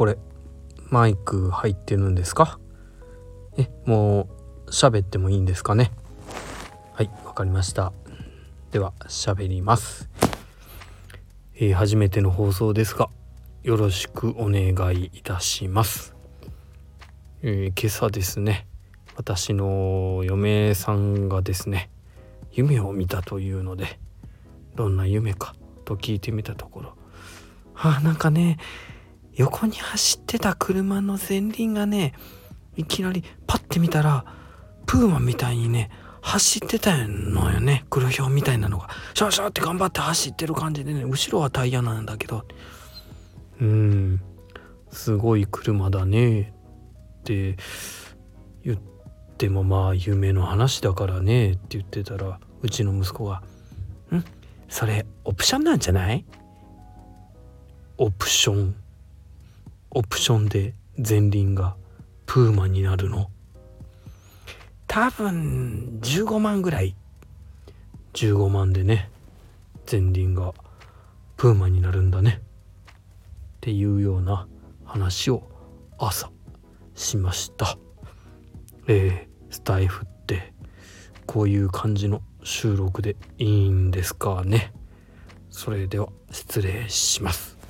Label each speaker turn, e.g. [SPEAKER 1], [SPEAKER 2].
[SPEAKER 1] これマイク入ってるんですか？もう喋ってもいいんですかね？はい、わかりました。では喋ります。初めての放送ですがよろしくお願いいたします。今朝ですね、私の嫁さんがですね夢を見たというので、どんな夢かと聞いてみたところ、なんかね、横に走ってた車の前輪がね、いきなりパッて見たらプーマンみたいにね走ってたのよね。黒ひょうみたいなのがシャーシャーって頑張って走ってる感じでね、後ろはタイヤなんだけど、すごい車だねって言っても、まあ夢の話だからねって言ってたら、うちの息子がそれオプションなんじゃない？オプションで前輪がプーマンになるの？多分15万ぐらい。15万でね前輪がプーマンになるんだねっていうような話を朝しました。スタイフってこういう感じの収録でいいんですかね。それでは失礼します。